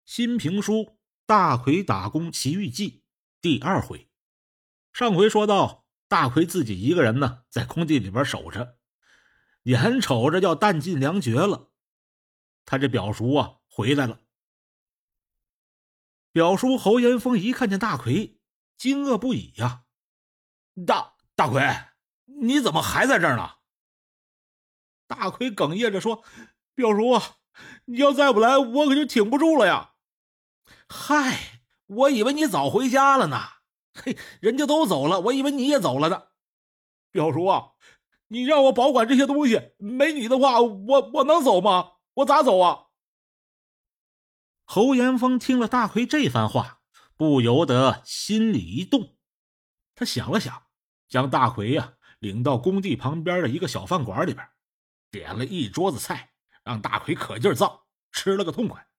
新评书《大奎打工奇遇记》第2回。上回说到，大奎自己一个人呢，在工地里边守着，眼瞅着要弹尽粮绝了。他这表叔啊回来了。表叔侯延峰一看见大奎，惊愕不已呀。 大奎，你怎么还在这儿呢？ 大奎哽咽着说：表叔啊，你要再不来，我可就挺不住了呀。 嗨，我以为你早回家了呢。嘿，人家都走了，我以为你也走了呢。 表叔啊，你让我保管这些东西，没你的话，我能走吗？我咋走啊？侯延峰听了大奎这番话，不由得心里一动。他想了想，将大奎领到工地旁边的一个小饭馆里边，点了一桌子菜，让大奎可劲儿造，吃了个痛快。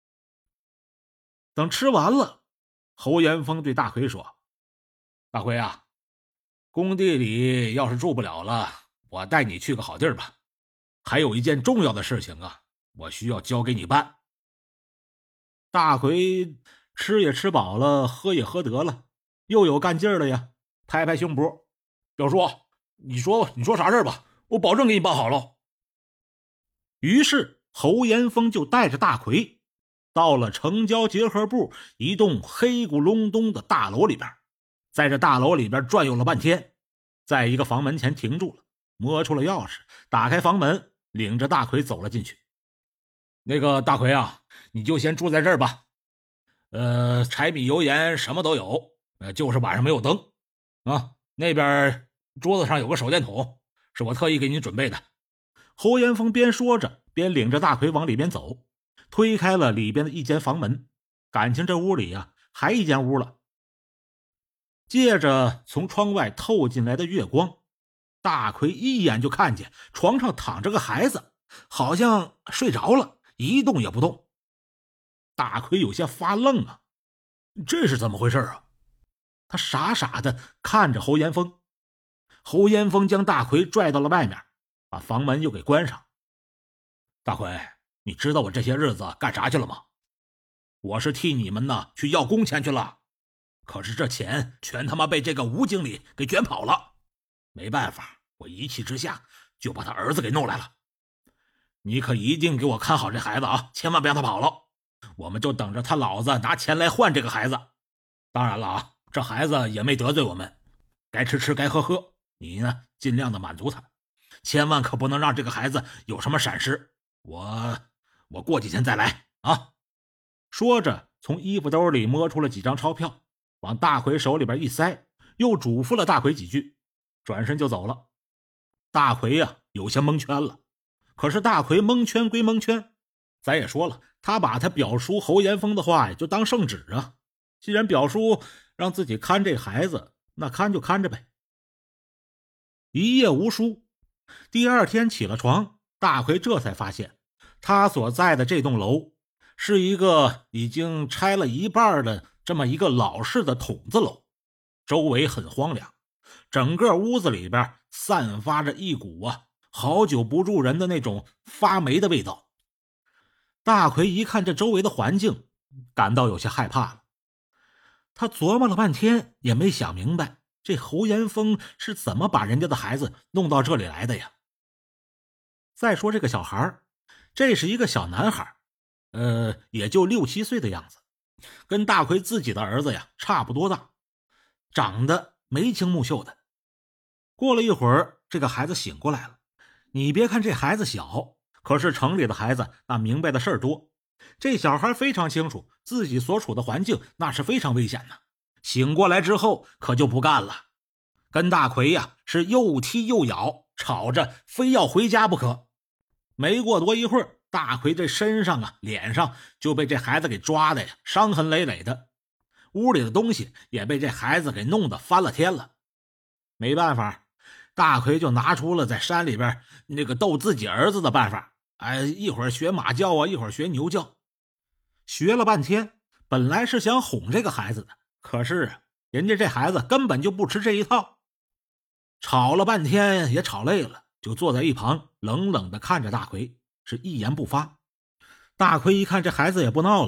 等吃完了，侯延峰对大奎说：大奎啊，工地里要是住不了了，我带你去个好地儿吧。还有一件重要的事情我需要交给你办。大奎吃也吃饱了，喝也喝得了，又有干劲儿了呀，拍拍胸脯：表叔，你说啥事儿吧，我保证给你办好了。于是侯延峰就带着大奎到了城郊结合部一栋黑咕隆咚的大楼里边，在这大楼里边转悠了半天，在一个房门前停住了，摸出了钥匙，打开房门，领着大奎走了进去。那个大奎啊，你就先住在这儿吧。柴米油盐什么都有，就是晚上没有灯啊。那边桌子上有个手电筒，是我特意给你准备的。侯延峰边说着边领着大奎往里边走，推开了里边的一间房门，感情这屋里还一间屋了。借着从窗外透进来的月光，大奎一眼就看见床上躺着个孩子，好像睡着了，一动也不动。大奎有些发愣这是怎么回事啊？他傻傻的看着侯延峰。侯延峰将大奎拽到了外面，把房门又给关上。大奎，你知道我这些日子干啥去了吗？我是替你们去要工钱去了，可是这钱全他妈被这个吴经理给卷跑了。没办法，我一气之下就把他儿子给弄来了。你可一定给我看好这孩子千万别让他跑了。我们就等着他老子拿钱来换这个孩子。当然了这孩子也没得罪我们，该吃吃该喝喝，你呢尽量的满足他，千万可不能让这个孩子有什么闪失。我过几天再来啊。说着从衣服兜里摸出了几张钞票，往大奎手里边一塞，又嘱咐了大奎几句，转身就走了。大奎有些蒙圈了。可是大奎蒙圈归蒙圈，咱也说了，他把他表叔侯延峰的话就当圣旨啊。既然表叔让自己看这孩子，那看就看着呗。一夜无书，第二天起了床，大奎这才发现他所在的这栋楼是一个已经拆了一半的这么一个老式的筒子楼，周围很荒凉，整个屋子里边散发着一股好久不住人的那种发霉的味道。大奎一看这周围的环境，感到有些害怕了。他琢磨了半天也没想明白，这侯延峰是怎么把人家的孩子弄到这里来的呀。再说这个小孩，这是一个小男孩，也就6、7岁的样子，跟大奎自己的儿子差不多大，长得眉清目秀的。过了一会儿，这个孩子醒过来了。你别看这孩子小，可是城里的孩子那明白的事儿多。这小孩非常清楚自己所处的环境那是非常危险的。醒过来之后可就不干了，跟大奎是又踢又咬，吵着非要回家不可。没过多一会儿，大奎这身上脸上就被这孩子给抓的伤痕累累的，屋里的东西也被这孩子给弄得翻了天了。没办法，大奎就拿出了在山里边那个逗自己儿子的办法，一会儿学马叫一会儿学牛叫。学了半天，本来是想哄这个孩子的，可是人家这孩子根本就不吃这一套。吵了半天也吵累了，就坐在一旁冷冷地看着大奎，是一言不发。大奎一看这孩子也不闹了，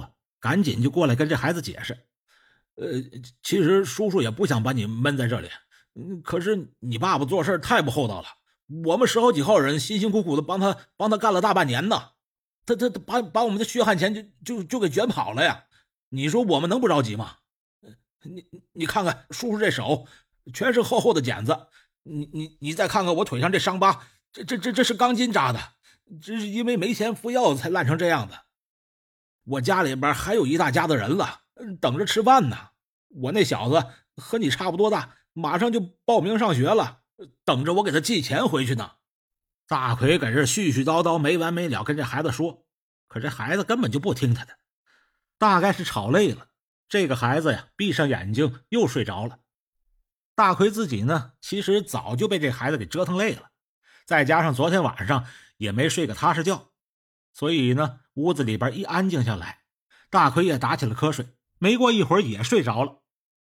赶紧就过来跟这孩子解释：“其实叔叔也不想把你闷在这里，可是你爸爸做事太不厚道了。我们10好几号人辛辛苦苦的帮他干了大半年呢，他把我们的血汗钱就给卷跑了呀！你说我们能不着急吗？你看看叔叔这手，全是厚厚的茧子，你再看看我腿上这伤疤，这是钢筋扎的，这是因为没钱服药才烂成这样的。我家里边还有一大家子人了，等着吃饭呢。我那小子和你差不多大，马上就报名上学了，等着我给他寄钱回去呢。”大奎搁这絮絮叨叨没完没了跟这孩子说，可这孩子根本就不听他的，大概是吵累了，这个孩子呀闭上眼睛又睡着了。大奎自己呢，其实早就被这孩子给折腾累了，再加上昨天晚上也没睡个踏实觉，所以呢，屋子里边一安静下来，大奎也打起了瞌睡，没过一会儿也睡着了。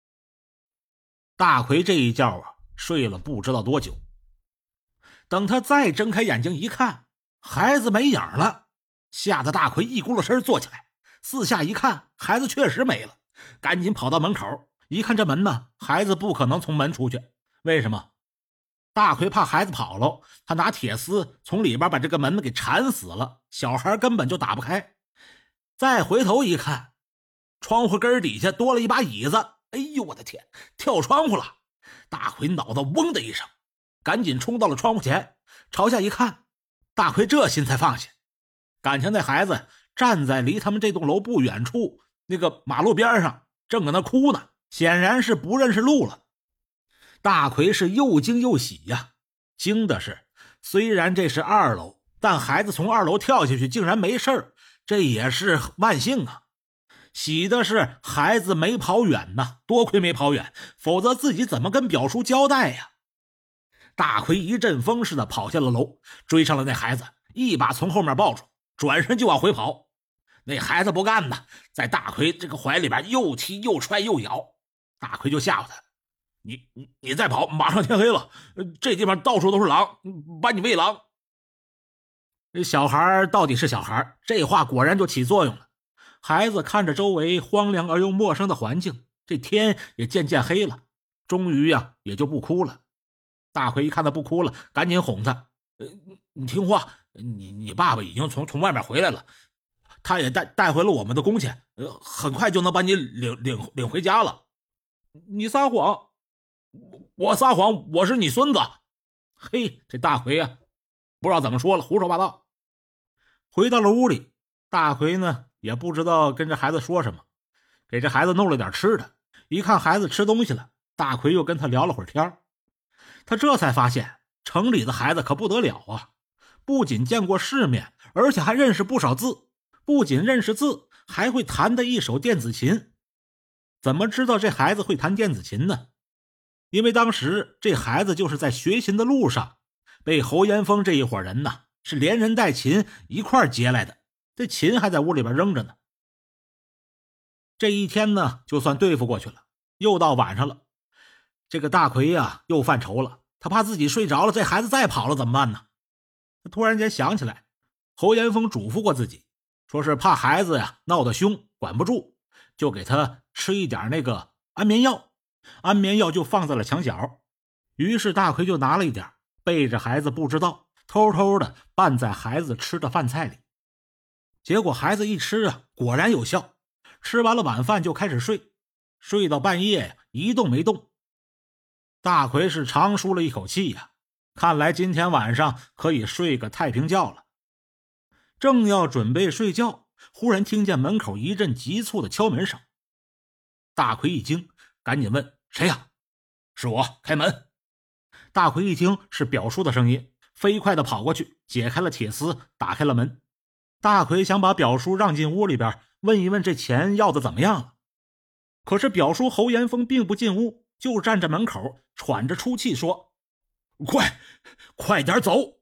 大奎这一觉啊，睡了不知道多久。等他再睁开眼睛一看，孩子没影了，吓得大奎一咕噜身坐起来，四下一看，孩子确实没了，赶紧跑到门口，一看这门呢，孩子不可能从门出去。为什么？大奎怕孩子跑了，他拿铁丝从里边把这个门给缠死了，小孩根本就打不开。再回头一看，窗户根底下多了一把椅子，哎呦我的天，跳窗户了！大奎脑袋嗡的一声，赶紧冲到了窗户前，朝下一看，大奎这心才放下，感情那孩子站在离他们这栋楼不远处那个马路边上，正搁那哭呢，显然是不认识路了。大奎是又惊又喜呀，惊的是虽然这是2楼，但孩子从2楼跳下去竟然没事，这也是万幸啊。喜的是孩子没跑远呐，多亏没跑远，否则自己怎么跟表叔交代呀？大奎一阵风似的跑下了楼，追上了那孩子，一把从后面抱住，转身就往回跑。那孩子不干呢，在大奎这个怀里边又踢又踹又咬，大奎就吓唬他：你再跑，马上天黑了，这地方到处都是狼，把你喂狼。小孩到底是小孩，这话果然就起作用了。孩子看着周围荒凉而又陌生的环境，这天也渐渐黑了，终于呀也就不哭了。大奎一看他不哭了，赶紧哄他：你听话，你爸爸已经从外面回来了，他也带回了我们的工钱，很快就能把你领回家了。你撒谎！我撒谎，我是你孙子。嘿，这大奎呀，不知道怎么说了，胡说八道。回到了屋里，大奎呢也不知道跟这孩子说什么，给这孩子弄了点吃的。一看孩子吃东西了，大奎又跟他聊了会儿天。他这才发现城里的孩子可不得了啊，不仅见过世面，而且还认识不少字，不仅认识字，还会弹的一手电子琴。怎么知道这孩子会弹电子琴呢？因为当时这孩子就是在学琴的路上，被侯延峰这一伙人呢是连人带琴一块接来的，这琴还在屋里边扔着呢。这一天呢就算对付过去了，又到晚上了，这个大奎呀又犯愁了，他怕自己睡着了，这孩子再跑了怎么办呢？他突然间想起来，侯延峰嘱咐过自己，说是怕孩子呀闹得凶管不住，就给他吃一点那个安眠药，安眠药就放在了墙角。于是大奎就拿了一点，背着孩子不知道，偷偷的拌在孩子吃的饭菜里。结果孩子一吃啊，果然有效，吃完了晚饭就开始睡，睡到半夜呀一动没动。大奎是长舒了一口气呀，看来今天晚上可以睡个太平觉了。正要准备睡觉，忽然听见门口一阵急促的敲门声。大奎一惊，赶紧问：谁呀？是我，开门。大奎一听是表叔的声音，飞快地跑过去，解开了铁丝，打开了门。大奎想把表叔让进屋里边，问一问这钱要的怎么样了。可是表叔侯延峰并不进屋，就站在门口喘着粗气说：快点走，